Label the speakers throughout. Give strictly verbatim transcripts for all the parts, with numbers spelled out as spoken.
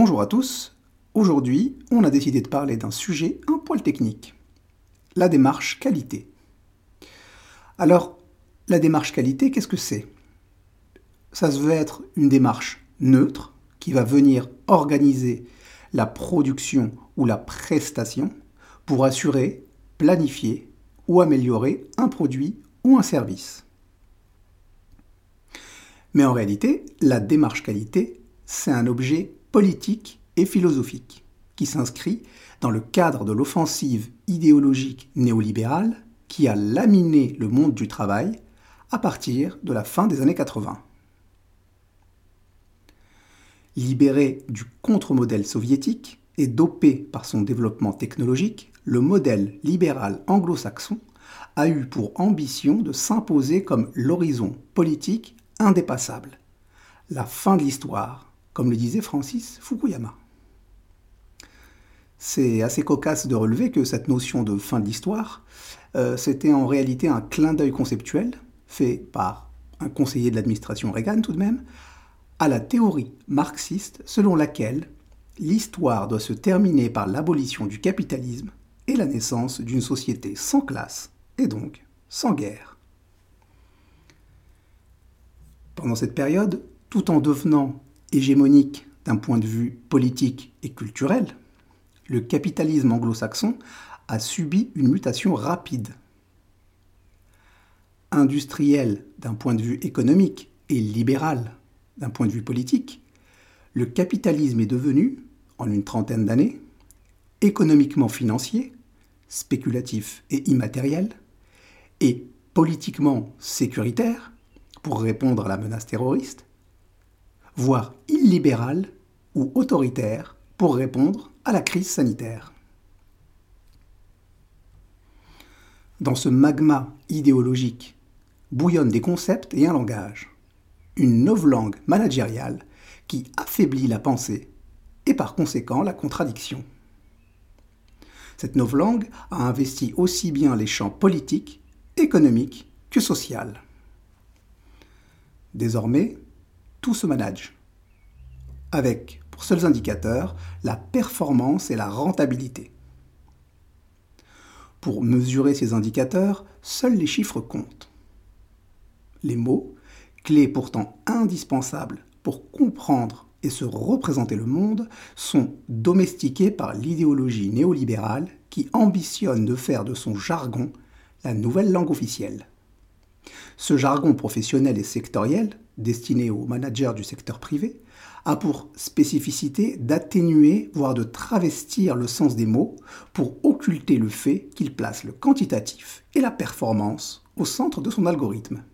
Speaker 1: Bonjour à tous. Aujourd'hui, on a décidé de parler d'un sujet un poil technique. La démarche qualité. Alors, la démarche qualité, qu'est-ce que c'est? Ça se veut être une démarche neutre qui va venir organiser la production ou la prestation pour assurer, planifier ou améliorer un produit ou un service. Mais en réalité, la démarche qualité, c'est un objet politique et philosophique qui s'inscrit dans le cadre de l'offensive idéologique néolibérale qui a laminé le monde du travail à partir de la fin des années quatre-vingts. Libéré du contre-modèle soviétique et dopé par son développement technologique, le modèle libéral anglo-saxon a eu pour ambition de s'imposer comme l'horizon politique indépassable, la fin de l'histoire, comme le disait Francis Fukuyama. C'est assez cocasse de relever que cette notion de fin de l'histoire, euh, c'était en réalité un clin d'œil conceptuel, fait par un conseiller de l'administration Reagan tout de même, à la théorie marxiste selon laquelle l'histoire doit se terminer par l'abolition du capitalisme et la naissance d'une société sans classe et donc sans guerre. Pendant cette période, tout en devenant hégémonique d'un point de vue politique et culturel, le capitalisme anglo-saxon a subi une mutation rapide. Industriel d'un point de vue économique et libéral d'un point de vue politique, le capitalisme est devenu, en une trentaine d'années, économiquement financier, spéculatif et immatériel, et politiquement sécuritaire, pour répondre à la menace terroriste, voire illibéral ou autoritaire pour répondre à la crise sanitaire. Dans ce magma idéologique bouillonnent des concepts et un langage, une novlangue managériale qui affaiblit la pensée et par conséquent la contradiction. Cette novlangue a investi aussi bien les champs politiques, économiques que sociaux. Désormais, tout se manage, avec pour seuls indicateurs la performance et la rentabilité. Pour mesurer ces indicateurs, seuls les chiffres comptent. Les mots, clés pourtant indispensables pour comprendre et se représenter le monde, sont domestiqués par l'idéologie néolibérale qui ambitionne de faire de son jargon la nouvelle langue officielle. Ce jargon professionnel et sectoriel, destiné aux managers du secteur privé, a pour spécificité d'atténuer, voire de travestir le sens des mots pour occulter le fait qu'il place le quantitatif et la performance au centre de son algorithme.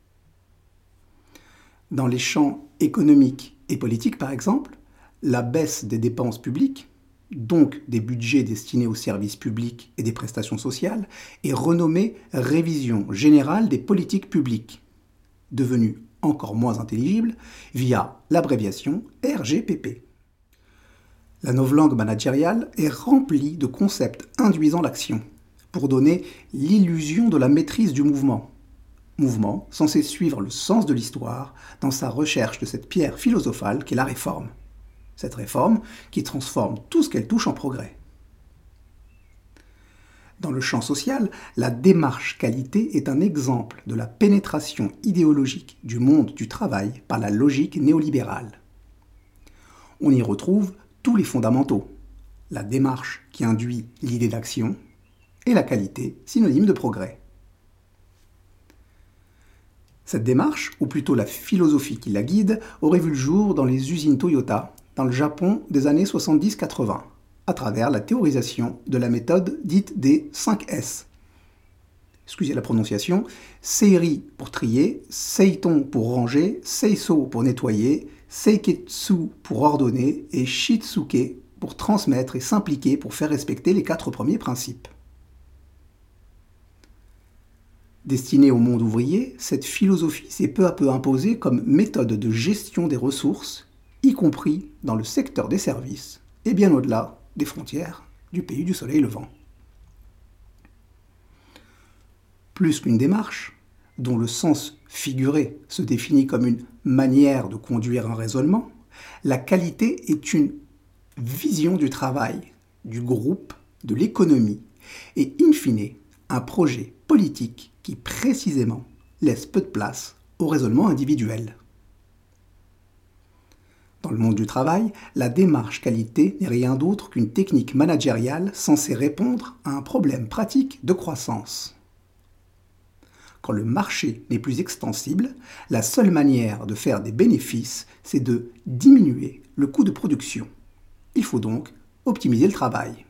Speaker 1: Dans les champs économiques et politiques, par exemple, la baisse des dépenses publiques, donc des budgets destinés aux services publics et des prestations sociales, est renommée Révision générale des politiques publiques, devenue encore moins intelligible via l'abréviation R G P P. La novlangue managériale est remplie de concepts induisant l'action, pour donner l'illusion de la maîtrise du mouvement. Mouvement censé suivre le sens de l'histoire dans sa recherche de cette pierre philosophale qu'est la réforme. Cette réforme qui transforme tout ce qu'elle touche en progrès. Dans le champ social, la démarche qualité est un exemple de la pénétration idéologique du monde du travail par la logique néolibérale. On y retrouve tous les fondamentaux, la démarche qui induit l'idée d'action et la qualité, synonyme de progrès. Cette démarche, ou plutôt la philosophie qui la guide, aurait vu le jour dans les usines Toyota, dans le Japon des années soixante-dix quatre-vingts, à travers la théorisation de la méthode dite des cinq S. Excusez la prononciation, Seiri pour trier, Seiton pour ranger, Seiso pour nettoyer, Seiketsu pour ordonner et Shitsuke pour transmettre et s'impliquer pour faire respecter les quatre premiers principes. Destinée au monde ouvrier, cette philosophie s'est peu à peu imposée comme méthode de gestion des ressources, y compris dans le secteur des services et bien au-delà des frontières du pays du soleil levant. Plus qu'une démarche, dont le sens figuré se définit comme une manière de conduire un raisonnement, la qualité est une vision du travail, du groupe, de l'économie, et in fine, un projet politique qui précisément laisse peu de place au raisonnement individuel. Dans le monde du travail, la démarche qualité n'est rien d'autre qu'une technique managériale censée répondre à un problème pratique de croissance. Quand le marché n'est plus extensible, la seule manière de faire des bénéfices, c'est de diminuer le coût de production. Il faut donc optimiser le travail.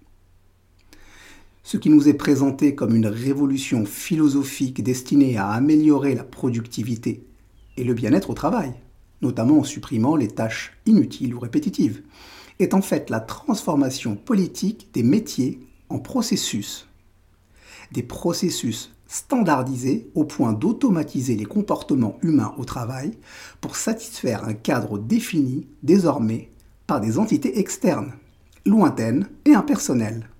Speaker 1: Ce qui nous est présenté comme une révolution philosophique destinée à améliorer la productivité et le bien-être au travail, notamment en supprimant les tâches inutiles ou répétitives, est en fait la transformation politique des métiers en processus. Des processus standardisés au point d'automatiser les comportements humains au travail pour satisfaire un cadre défini désormais par des entités externes, lointaines et impersonnelles.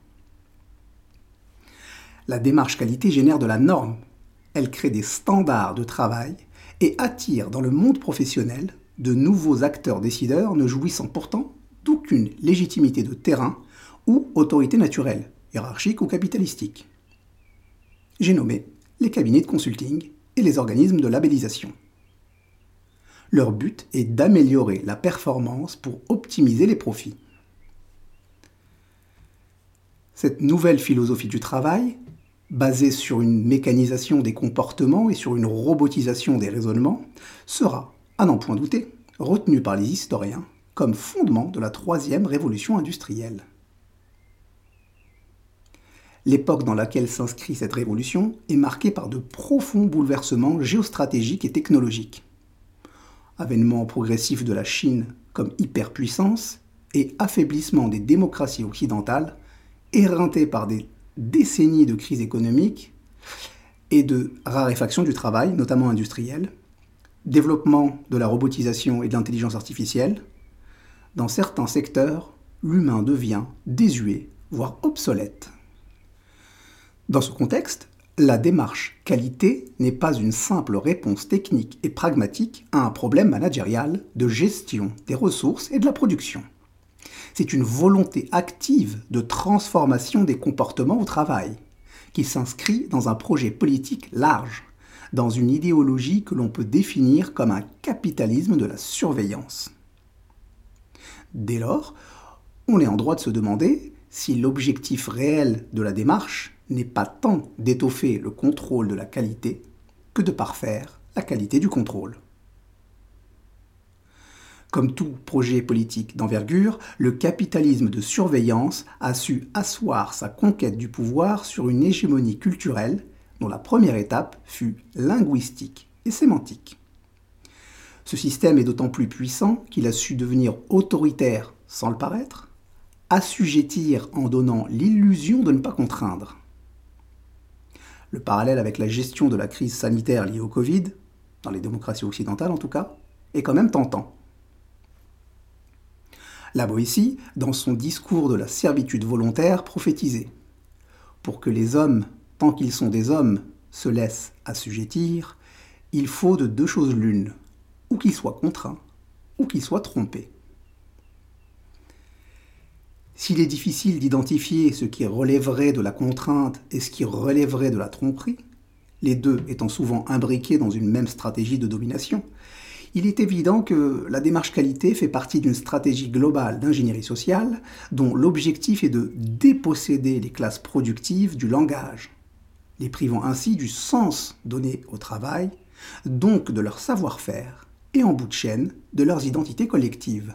Speaker 1: La démarche qualité génère de la norme. Elle crée des standards de travail et attire dans le monde professionnel de nouveaux acteurs décideurs ne jouissant pourtant d'aucune légitimité de terrain ou autorité naturelle, hiérarchique ou capitalistique. J'ai nommé les cabinets de consulting et les organismes de labellisation. Leur but est d'améliorer la performance pour optimiser les profits. Cette nouvelle philosophie du travail, basée sur une mécanisation des comportements et sur une robotisation des raisonnements, sera, à n'en point douter, retenue par les historiens comme fondement de la troisième révolution industrielle. L'époque dans laquelle s'inscrit cette révolution est marquée par de profonds bouleversements géostratégiques et technologiques. Avènement progressif de la Chine comme hyperpuissance et affaiblissement des démocraties occidentales, éreintées par des décennies de crise économique et de raréfaction du travail, notamment industriel, développement de la robotisation et de l'intelligence artificielle. Dans certains secteurs, l'humain devient désuet, voire obsolète. Dans ce contexte, la démarche qualité n'est pas une simple réponse technique et pragmatique à un problème managérial de gestion des ressources et de la production. C'est une volonté active de transformation des comportements au travail, qui s'inscrit dans un projet politique large, dans une idéologie que l'on peut définir comme un capitalisme de la surveillance. Dès lors, on est en droit de se demander si l'objectif réel de la démarche n'est pas tant d'étoffer le contrôle de la qualité que de parfaire la qualité du contrôle. Comme tout projet politique d'envergure, le capitalisme de surveillance a su asseoir sa conquête du pouvoir sur une hégémonie culturelle dont la première étape fut linguistique et sémantique. Ce système est d'autant plus puissant qu'il a su devenir autoritaire sans le paraître, assujettir en donnant l'illusion de ne pas contraindre. Le parallèle avec la gestion de la crise sanitaire liée au Covid, dans les démocraties occidentales en tout cas, est quand même tentant. La Boétie, dans son discours de la servitude volontaire, prophétisait « Pour que les hommes, tant qu'ils sont des hommes, se laissent assujettir, il faut de deux choses l'une, ou qu'ils soient contraints, ou qu'ils soient trompés. » S'il est difficile d'identifier ce qui relèverait de la contrainte et ce qui relèverait de la tromperie, les deux étant souvent imbriqués dans une même stratégie de domination, il est évident que la démarche qualité fait partie d'une stratégie globale d'ingénierie sociale dont l'objectif est de déposséder les classes productives du langage, les privant ainsi du sens donné au travail, donc de leur savoir-faire, et en bout de chaîne, de leurs identités collectives.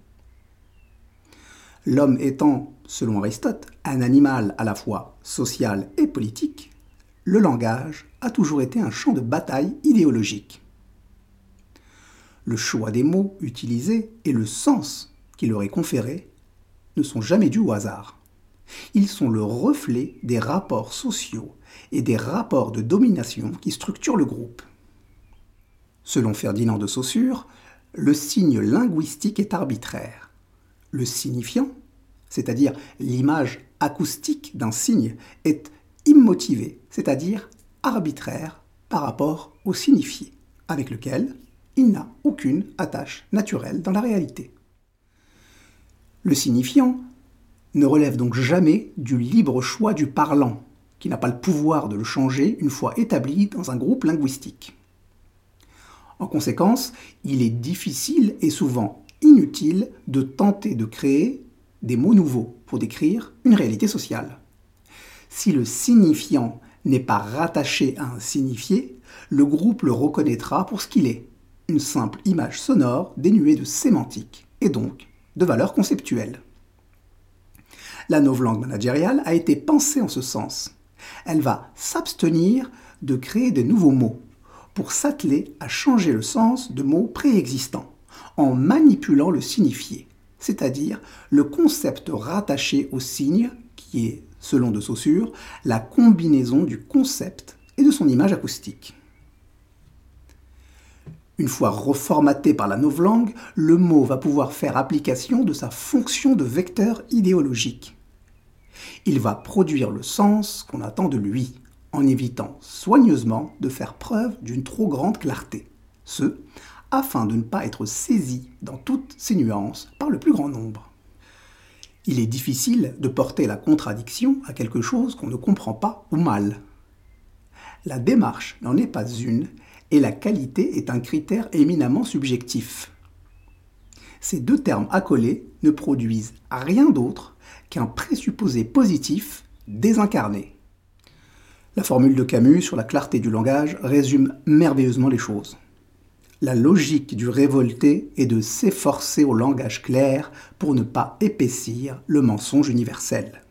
Speaker 1: L'homme étant, selon Aristote, un animal à la fois social et politique, le langage a toujours été un champ de bataille idéologique. Le choix des mots utilisés et le sens qui leur est conféré ne sont jamais dus au hasard. Ils sont le reflet des rapports sociaux et des rapports de domination qui structurent le groupe. Selon Ferdinand de Saussure, le signe linguistique est arbitraire. Le signifiant, c'est-à-dire l'image acoustique d'un signe, est immotivé, c'est-à-dire arbitraire par rapport au signifié, avec lequel il n'a aucune attache naturelle dans la réalité. Le signifiant ne relève donc jamais du libre choix du parlant, qui n'a pas le pouvoir de le changer une fois établi dans un groupe linguistique. En conséquence, il est difficile et souvent inutile de tenter de créer des mots nouveaux pour décrire une réalité sociale. Si le signifiant n'est pas rattaché à un signifié, le groupe le reconnaîtra pour ce qu'il est, une simple image sonore dénuée de sémantique et donc de valeur conceptuelle. La novlangue managériale a été pensée en ce sens. Elle va s'abstenir de créer de nouveaux mots pour s'atteler à changer le sens de mots préexistants en manipulant le signifié, c'est-à-dire le concept rattaché au signe qui est, selon de Saussure, la combinaison du concept et de son image acoustique. Une fois reformaté par la novlangue, le mot va pouvoir faire application de sa fonction de vecteur idéologique. Il va produire le sens qu'on attend de lui, en évitant soigneusement de faire preuve d'une trop grande clarté, ce, afin de ne pas être saisi dans toutes ses nuances par le plus grand nombre. Il est difficile de porter la contradiction à quelque chose qu'on ne comprend pas ou mal. La démarche n'en est pas une, et la qualité est un critère éminemment subjectif. Ces deux termes accolés ne produisent rien d'autre qu'un présupposé positif désincarné. La formule de Camus sur la clarté du langage résume merveilleusement les choses. La logique du révolté est de s'efforcer au langage clair pour ne pas épaissir le mensonge universel.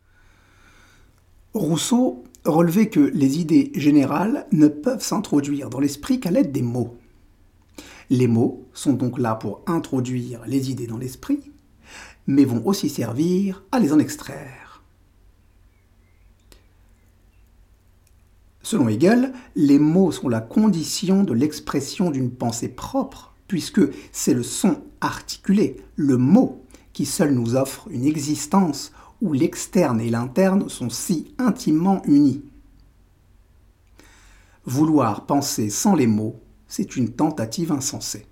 Speaker 1: Rousseau relevait que les idées générales ne peuvent s'introduire dans l'esprit qu'à l'aide des mots. Les mots sont donc là pour introduire les idées dans l'esprit, mais vont aussi servir à les en extraire. Selon Hegel, les mots sont la condition de l'expression d'une pensée propre, puisque c'est le son articulé, le mot, qui seul nous offre une existence où l'externe et l'interne sont si intimement unis. Vouloir penser sans les mots, c'est une tentative insensée.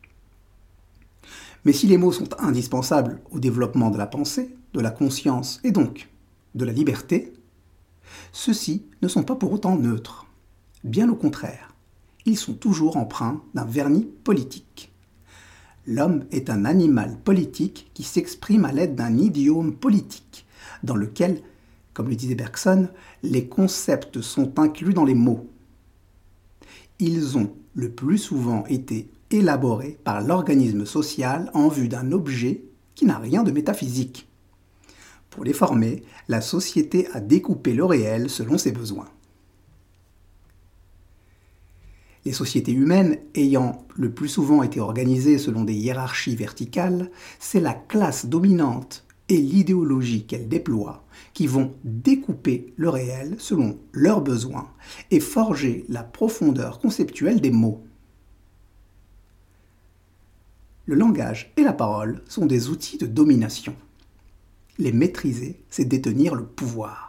Speaker 1: Mais si les mots sont indispensables au développement de la pensée, de la conscience et donc de la liberté, ceux-ci ne sont pas pour autant neutres. Bien au contraire, ils sont toujours empreints d'un vernis politique. L'homme est un animal politique qui s'exprime à l'aide d'un idiome politique, dans lequel, comme le disait Bergson, les concepts sont inclus dans les mots. Ils ont le plus souvent été élaborés par l'organisme social en vue d'un objet qui n'a rien de métaphysique. Pour les former, la société a découpé le réel selon ses besoins. Les sociétés humaines ayant le plus souvent été organisées selon des hiérarchies verticales, c'est la classe dominante et l'idéologie qu'elle déploie qui vont découper le réel selon leurs besoins et forger la profondeur conceptuelle des mots. Le langage et la parole sont des outils de domination. Les maîtriser, c'est détenir le pouvoir.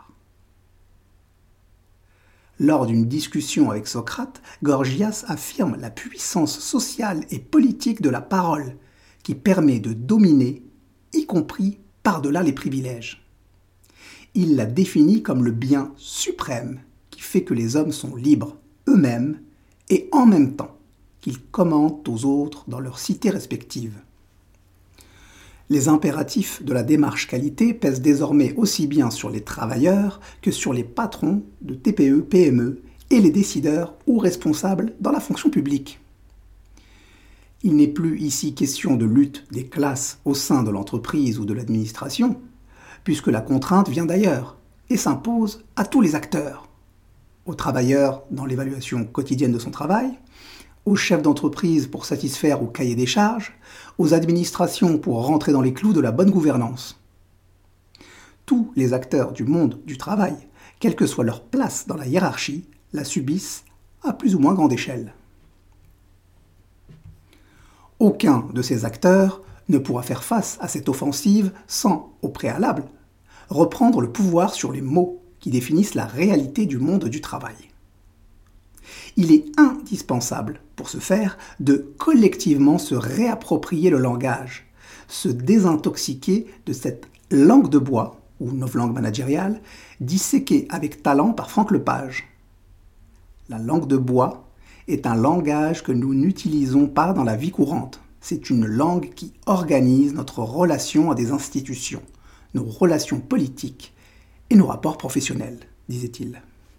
Speaker 1: Lors d'une discussion avec Socrate, Gorgias affirme la puissance sociale et politique de la parole, qui permet de dominer, y compris par-delà les privilèges. Il la définit comme le bien suprême qui fait que les hommes sont libres eux-mêmes et en même temps qu'ils commandent aux autres dans leurs cités respectives. Les impératifs de la démarche qualité pèsent désormais aussi bien sur les travailleurs que sur les patrons de T P E P M E et les décideurs ou responsables dans la fonction publique. Il n'est plus ici question de lutte des classes au sein de l'entreprise ou de l'administration, puisque la contrainte vient d'ailleurs et s'impose à tous les acteurs, aux travailleurs dans l'évaluation quotidienne de son travail, aux chefs d'entreprise pour satisfaire au cahier des charges, aux administrations pour rentrer dans les clous de la bonne gouvernance. Tous les acteurs du monde du travail, quelle que soit leur place dans la hiérarchie, la subissent à plus ou moins grande échelle. Aucun de ces acteurs ne pourra faire face à cette offensive sans, au préalable, reprendre le pouvoir sur les mots qui définissent la réalité du monde du travail. Il est indispensable, pour ce faire, de collectivement se réapproprier le langage, se désintoxiquer de cette langue de bois, ou novlangue managériale, disséquée avec talent par Franck Lepage. La langue de bois est un langage que nous n'utilisons pas dans la vie courante. C'est une langue qui organise notre relation à des institutions, nos relations politiques et nos rapports professionnels, disait-il.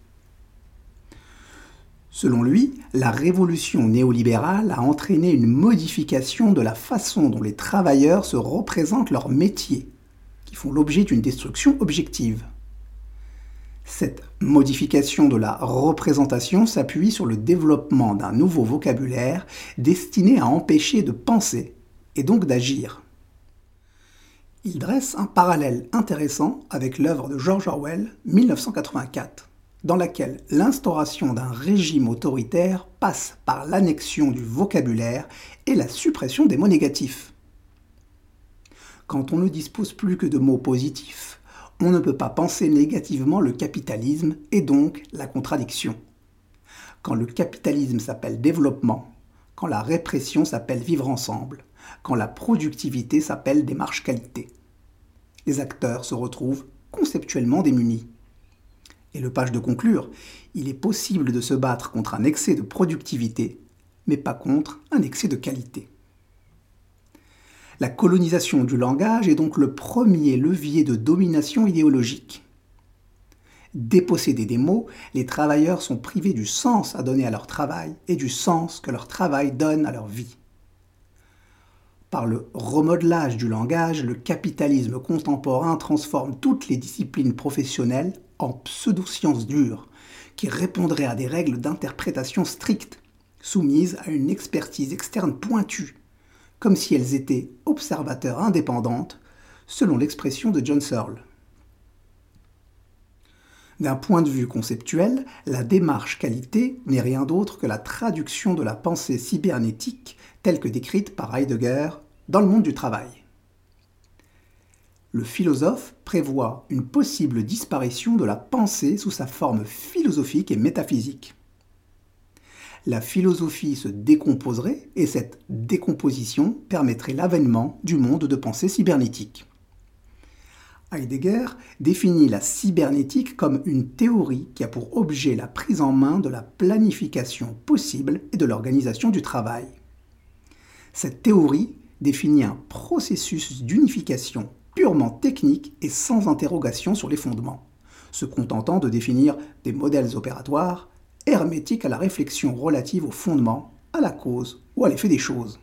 Speaker 1: Selon lui, la révolution néolibérale a entraîné une modification de la façon dont les travailleurs se représentent leurs métiers, qui font l'objet d'une destruction objective. Cette modification de la représentation s'appuie sur le développement d'un nouveau vocabulaire destiné à empêcher de penser et donc d'agir. Il dresse un parallèle intéressant avec l'œuvre de George Orwell, mille neuf cent quatre-vingt-quatre, dans laquelle l'instauration d'un régime autoritaire passe par l'annexion du vocabulaire et la suppression des mots négatifs. Quand on ne dispose plus que de mots positifs, on ne peut pas penser négativement le capitalisme et donc la contradiction. Quand le capitalisme s'appelle développement, quand la répression s'appelle vivre ensemble, quand la productivité s'appelle démarche qualité. Les acteurs se retrouvent conceptuellement démunis. Et Lepage de conclure, il est possible de se battre contre un excès de productivité, mais pas contre un excès de qualité. La colonisation du langage est donc le premier levier de domination idéologique. Dépossédés des mots, les travailleurs sont privés du sens à donner à leur travail et du sens que leur travail donne à leur vie. Par le remodelage du langage, le capitalisme contemporain transforme toutes les disciplines professionnelles en pseudo-sciences dures, qui répondraient à des règles d'interprétation strictes, soumises à une expertise externe pointue, comme si elles étaient observateurs indépendantes, selon l'expression de John Searle. D'un point de vue conceptuel, la démarche qualité n'est rien d'autre que la traduction de la pensée cybernétique telle que décrite par Heidegger dans le monde du travail. Le philosophe prévoit une possible disparition de la pensée sous sa forme philosophique et métaphysique. La philosophie se décomposerait et cette décomposition permettrait l'avènement du monde de pensée cybernétique. Heidegger définit la cybernétique comme une théorie qui a pour objet la prise en main de la planification possible et de l'organisation du travail. Cette théorie définit un processus d'unification purement technique et sans interrogation sur les fondements, se contentant de définir des modèles opératoires hermétiques à la réflexion relative aux fondements, à la cause ou à l'effet des choses.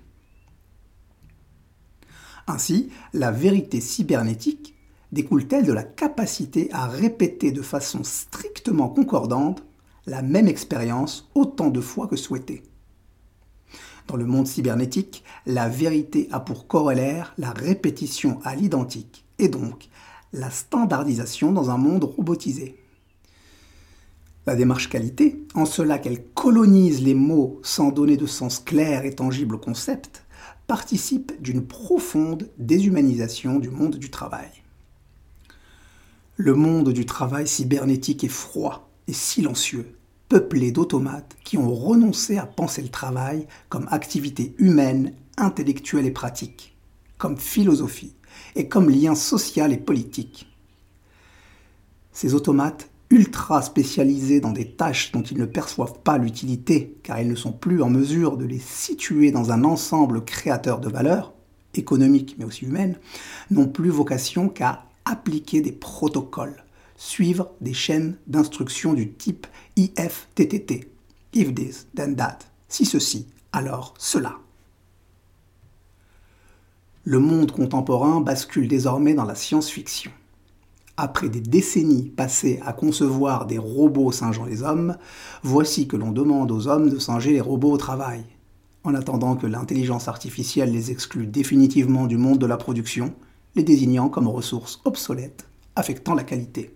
Speaker 1: Ainsi, la vérité cybernétique découle-t-elle de la capacité à répéter de façon strictement concordante la même expérience autant de fois que souhaité. Dans le monde cybernétique, la vérité a pour corollaire la répétition à l'identique et donc la standardisation dans un monde robotisé. La démarche qualité, en cela qu'elle colonise les mots sans donner de sens clair et tangible au concept, participe d'une profonde déshumanisation du monde du travail. Le monde du travail cybernétique est froid et silencieux, peuplé d'automates qui ont renoncé à penser le travail comme activité humaine, intellectuelle et pratique, comme philosophie et comme lien social et politique. Ces automates, ultra spécialisés dans des tâches dont ils ne perçoivent pas l'utilité car ils ne sont plus en mesure de les situer dans un ensemble créateur de valeur, économique mais aussi humaine, n'ont plus vocation qu'à appliquer des protocoles, suivre des chaînes d'instructions du type I F T T T, if this, then that, si ceci, alors cela. Le monde contemporain bascule désormais dans la science-fiction. Après des décennies passées à concevoir des robots singeant les hommes, voici que l'on demande aux hommes de singer les robots au travail, en attendant que l'intelligence artificielle les exclue définitivement du monde de la production, les désignant comme ressources obsolètes, affectant la qualité.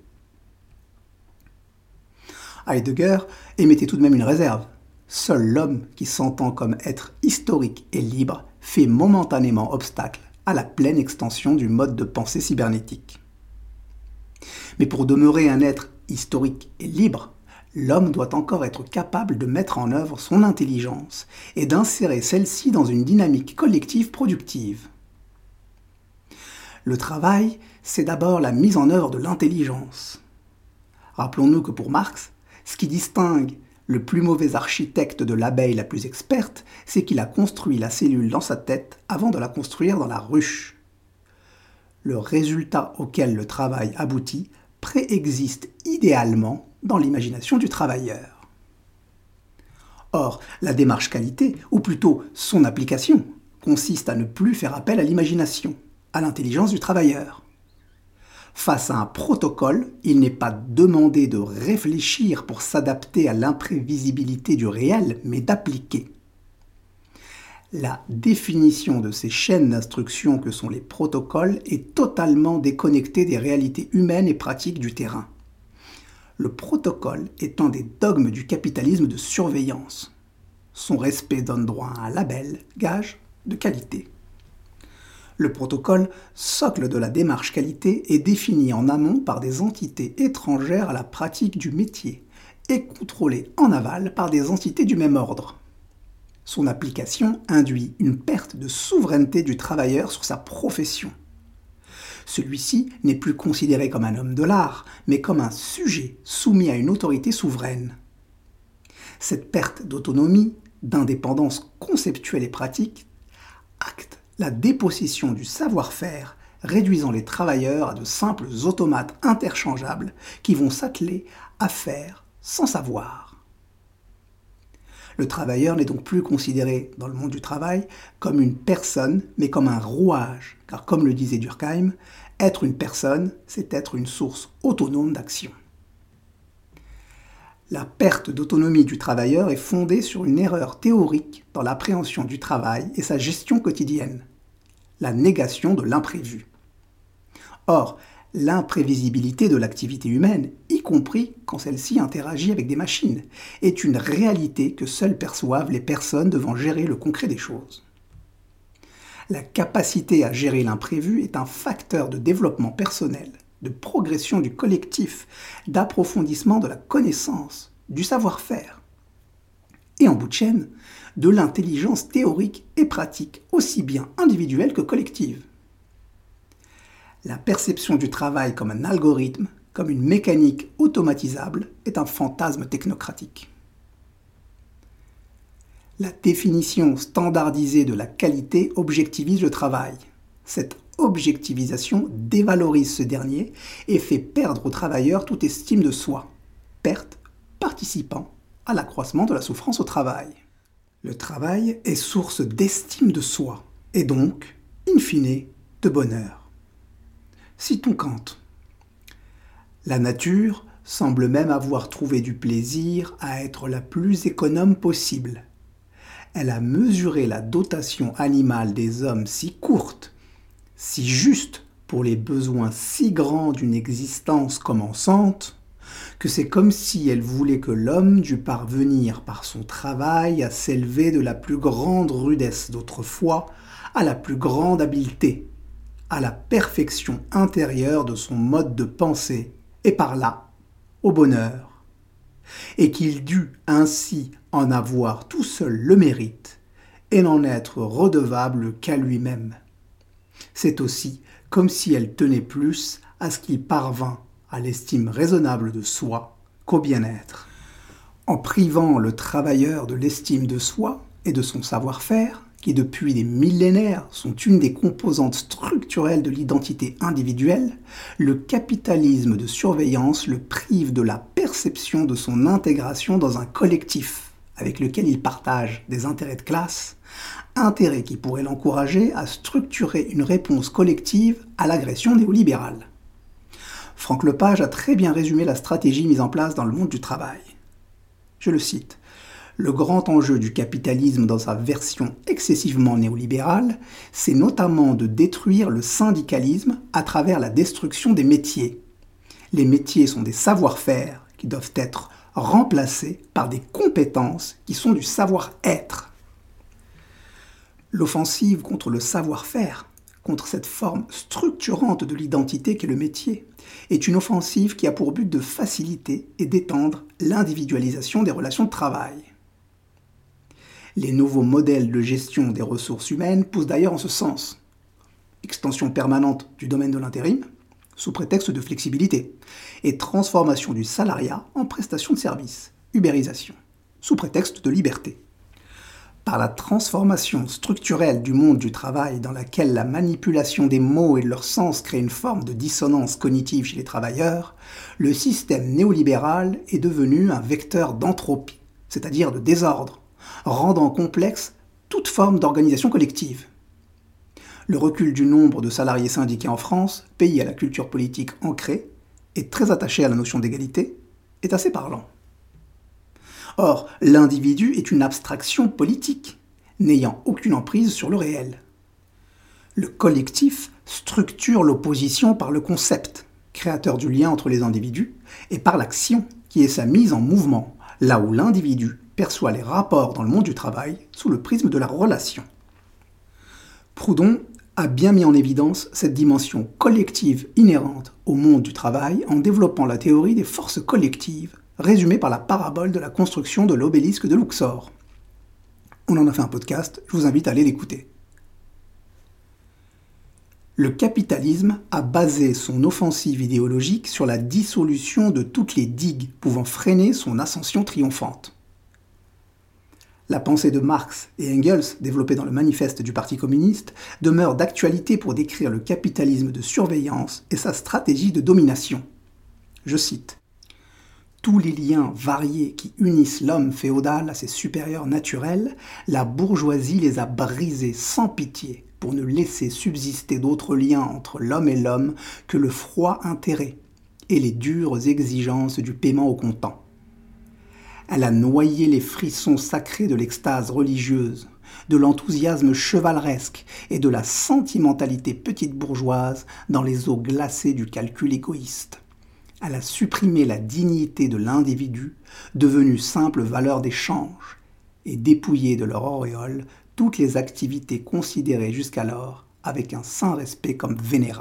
Speaker 1: Heidegger émettait tout de même une réserve. Seul l'homme qui s'entend comme être historique et libre fait momentanément obstacle à la pleine extension du mode de pensée cybernétique. Mais pour demeurer un être historique et libre, l'homme doit encore être capable de mettre en œuvre son intelligence et d'insérer celle-ci dans une dynamique collective productive. Le travail, c'est d'abord la mise en œuvre de l'intelligence. Rappelons-nous que pour Marx, ce qui distingue le plus mauvais architecte de l'abeille la plus experte, c'est qu'il a construit la cellule dans sa tête avant de la construire dans la ruche. Le résultat auquel le travail aboutit préexiste idéalement dans l'imagination du travailleur. Or, la démarche qualité, ou plutôt son application, consiste à ne plus faire appel à l'imagination, à l'intelligence du travailleur. Face à un protocole, il n'est pas demandé de réfléchir pour s'adapter à l'imprévisibilité du réel, mais d'appliquer. La définition de ces chaînes d'instruction que sont les protocoles est totalement déconnectée des réalités humaines et pratiques du terrain. Le protocole est un des dogmes du capitalisme de surveillance. Son respect donne droit à un label, gage de qualité. Le protocole, socle de la démarche qualité, est défini en amont par des entités étrangères à la pratique du métier et contrôlé en aval par des entités du même ordre. Son application induit une perte de souveraineté du travailleur sur sa profession. Celui-ci n'est plus considéré comme un homme de l'art, mais comme un sujet soumis à une autorité souveraine. Cette perte d'autonomie, d'indépendance conceptuelle et pratique, acte la dépossession du savoir-faire, réduisant les travailleurs à de simples automates interchangeables qui vont s'atteler à faire sans savoir. Le travailleur n'est donc plus considéré, dans le monde du travail, comme une personne, mais comme un rouage, car comme le disait Durkheim, être une personne, c'est être une source autonome d'action. La perte d'autonomie du travailleur est fondée sur une erreur théorique dans l'appréhension du travail et sa gestion quotidienne, la négation de l'imprévu. Or, l'imprévisibilité de l'activité humaine, y compris quand celle-ci interagit avec des machines, est une réalité que seules perçoivent les personnes devant gérer le concret des choses. La capacité à gérer l'imprévu est un facteur de développement personnel, de progression du collectif, d'approfondissement de la connaissance, du savoir-faire. Et en bout de chaîne, de l'intelligence théorique et pratique, aussi bien individuelle que collective. La perception du travail comme un algorithme, comme une mécanique automatisable, est un fantasme technocratique. La définition standardisée de la qualité objectivise le travail. Cette objectivisation dévalorise ce dernier et fait perdre au travailleur toute estime de soi, perte participant à l'accroissement de la souffrance au travail. Le travail est source d'estime de soi et donc, in fine, de bonheur. Citons Kant. La nature semble même avoir trouvé du plaisir à être la plus économe possible. Elle a mesuré la dotation animale des hommes si courte, si juste pour les besoins si grands d'une existence commençante, que c'est comme si elle voulait que l'homme dût parvenir par son travail à s'élever de la plus grande rudesse d'autrefois à la plus grande habileté, à la perfection intérieure de son mode de pensée, et par là, au bonheur, et qu'il dut ainsi en avoir tout seul le mérite, et n'en être redevable qu'à lui-même. C'est aussi comme si elle tenait plus à ce qu'il parvint à l'estime raisonnable de soi qu'au bien-être. En privant le travailleur de l'estime de soi et de son savoir-faire, qui depuis des millénaires sont une des composantes structurelles de l'identité individuelle, le capitalisme de surveillance le prive de la perception de son intégration dans un collectif avec lequel il partage des intérêts de classe, intérêts qui pourraient l'encourager à structurer une réponse collective à l'agression néolibérale. Franck Lepage a très bien résumé la stratégie mise en place dans le monde du travail. Je le cite. Le grand enjeu du capitalisme dans sa version excessivement néolibérale, c'est notamment de détruire le syndicalisme à travers la destruction des métiers. Les métiers sont des savoir-faire qui doivent être remplacés par des compétences qui sont du savoir-être. L'offensive contre le savoir-faire, contre cette forme structurante de l'identité qu'est le métier, est une offensive qui a pour but de faciliter et d'étendre l'individualisation des relations de travail. Les nouveaux modèles de gestion des ressources humaines poussent d'ailleurs en ce sens. extension permanente du domaine de l'intérim, sous prétexte de flexibilité, et transformation du salariat en prestation de service, ubérisation, sous prétexte de liberté. Par la transformation structurelle du monde du travail dans laquelle la manipulation des mots et de leur sens crée une forme de dissonance cognitive chez les travailleurs, le système néolibéral est devenu un vecteur d'entropie, c'est-à-dire de désordre, rendant complexe toute forme d'organisation collective. Le recul du nombre de salariés syndiqués en France, pays à la culture politique ancrée et très attaché à la notion d'égalité, est assez parlant. Or, l'individu est une abstraction politique, n'ayant aucune emprise sur le réel. Le collectif structure l'opposition par le concept, créateur du lien entre les individus, et par l'action, qui est sa mise en mouvement, là où l'individu perçoit les rapports dans le monde du travail sous le prisme de la relation. Proudhon a bien mis en évidence cette dimension collective inhérente au monde du travail en développant la théorie des forces collectives, résumée par la parabole de la construction de l'obélisque de Luxor. On en a fait un podcast, je vous invite à aller l'écouter. Le capitalisme a basé son offensive idéologique sur la dissolution de toutes les digues pouvant freiner son ascension triomphante. La pensée de Marx et Engels, développée dans le manifeste du Parti communiste, demeure d'actualité pour décrire le capitalisme de surveillance et sa stratégie de domination. Je cite : « Tous les liens variés qui unissent l'homme féodal à ses supérieurs naturels, la bourgeoisie les a brisés sans pitié pour ne laisser subsister d'autres liens entre l'homme et l'homme que le froid intérêt et les dures exigences du paiement au comptant. Elle a noyé les frissons sacrés de l'extase religieuse, de l'enthousiasme chevaleresque et de la sentimentalité petite bourgeoise dans les eaux glacées du calcul égoïste. Elle a supprimé la dignité de l'individu, devenue simple valeur d'échange, et dépouillé de leur auréole toutes les activités considérées jusqu'alors avec un saint respect comme vénérables. »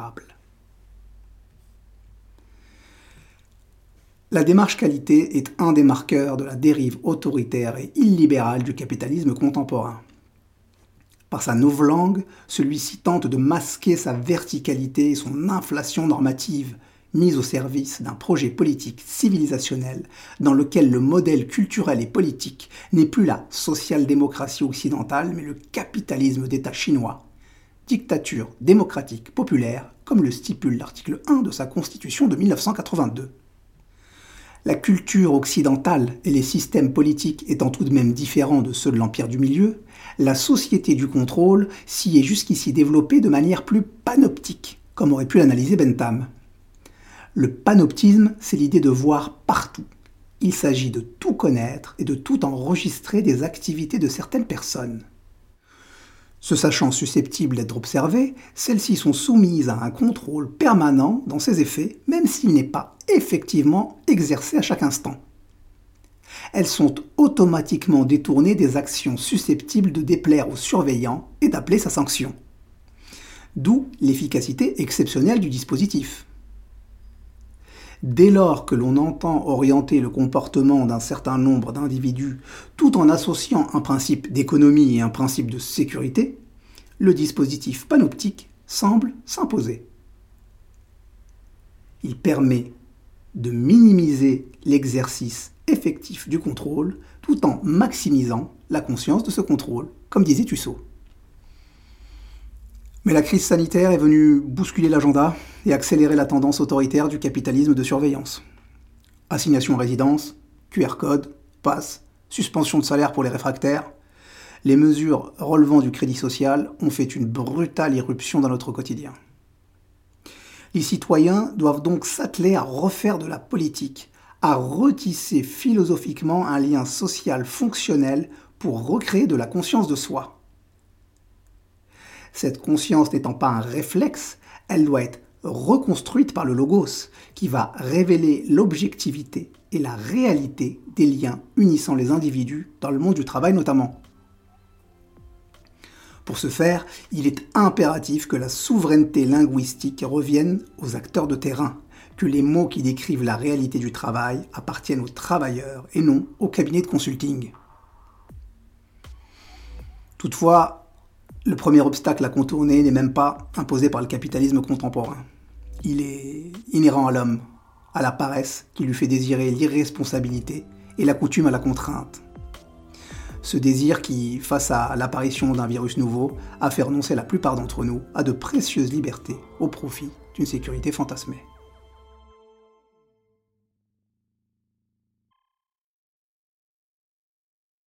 Speaker 1: La démarche qualité est un des marqueurs de la dérive autoritaire et illibérale du capitalisme contemporain. Par sa novlangue, celui-ci tente de masquer sa verticalité et son inflation normative, mise au service d'un projet politique civilisationnel dans lequel le modèle culturel et politique n'est plus la social-démocratie occidentale, mais le capitalisme d'État chinois, dictature démocratique populaire, comme le stipule l'article un de sa constitution de mille neuf cent quatre-vingt-deux. La culture occidentale et les systèmes politiques étant tout de même différents de ceux de l'Empire du Milieu, la société du contrôle s'y est jusqu'ici développée de manière plus panoptique, comme aurait pu l'analyser Bentham. Le panoptisme, c'est l'idée de voir partout. Il s'agit de tout connaître et de tout enregistrer des activités de certaines personnes. Se sachant susceptibles d'être observées, celles-ci sont soumises à un contrôle permanent dans ses effets, même s'il n'est pas effectivement exercé à chaque instant. Elles sont automatiquement détournées des actions susceptibles de déplaire au surveillant et d'appeler sa sanction. D'où l'efficacité exceptionnelle du dispositif. Dès lors que l'on entend orienter le comportement d'un certain nombre d'individus tout en associant un principe d'économie et un principe de sécurité, le dispositif panoptique semble s'imposer. Il permet de minimiser l'exercice effectif du contrôle tout en maximisant la conscience de ce contrôle, comme disait Tussaud. Mais la crise sanitaire est venue bousculer l'agenda et accélérer la tendance autoritaire du capitalisme de surveillance. Assignation à résidence, Q R code, passe, suspension de salaire pour les réfractaires, les mesures relevant du crédit social ont fait une brutale irruption dans notre quotidien. Les citoyens doivent donc s'atteler à refaire de la politique, à retisser philosophiquement un lien social fonctionnel pour recréer de la conscience de soi. Cette conscience n'étant pas un réflexe, elle doit être reconstruite par le logos, qui va révéler l'objectivité et la réalité des liens unissant les individus dans le monde du travail notamment. Pour ce faire, il est impératif que la souveraineté linguistique revienne aux acteurs de terrain, que les mots qui décrivent la réalité du travail appartiennent aux travailleurs et non aux cabinets de consulting. Toutefois, Le premier obstacle à contourner n'est même pas imposé par le capitalisme contemporain. Il est inhérent à l'homme, à la paresse qui lui fait désirer l'irresponsabilité et la coutume à la contrainte. Ce désir qui, face à l'apparition d'un virus nouveau, a fait renoncer la plupart d'entre nous à de précieuses libertés au profit d'une sécurité fantasmée.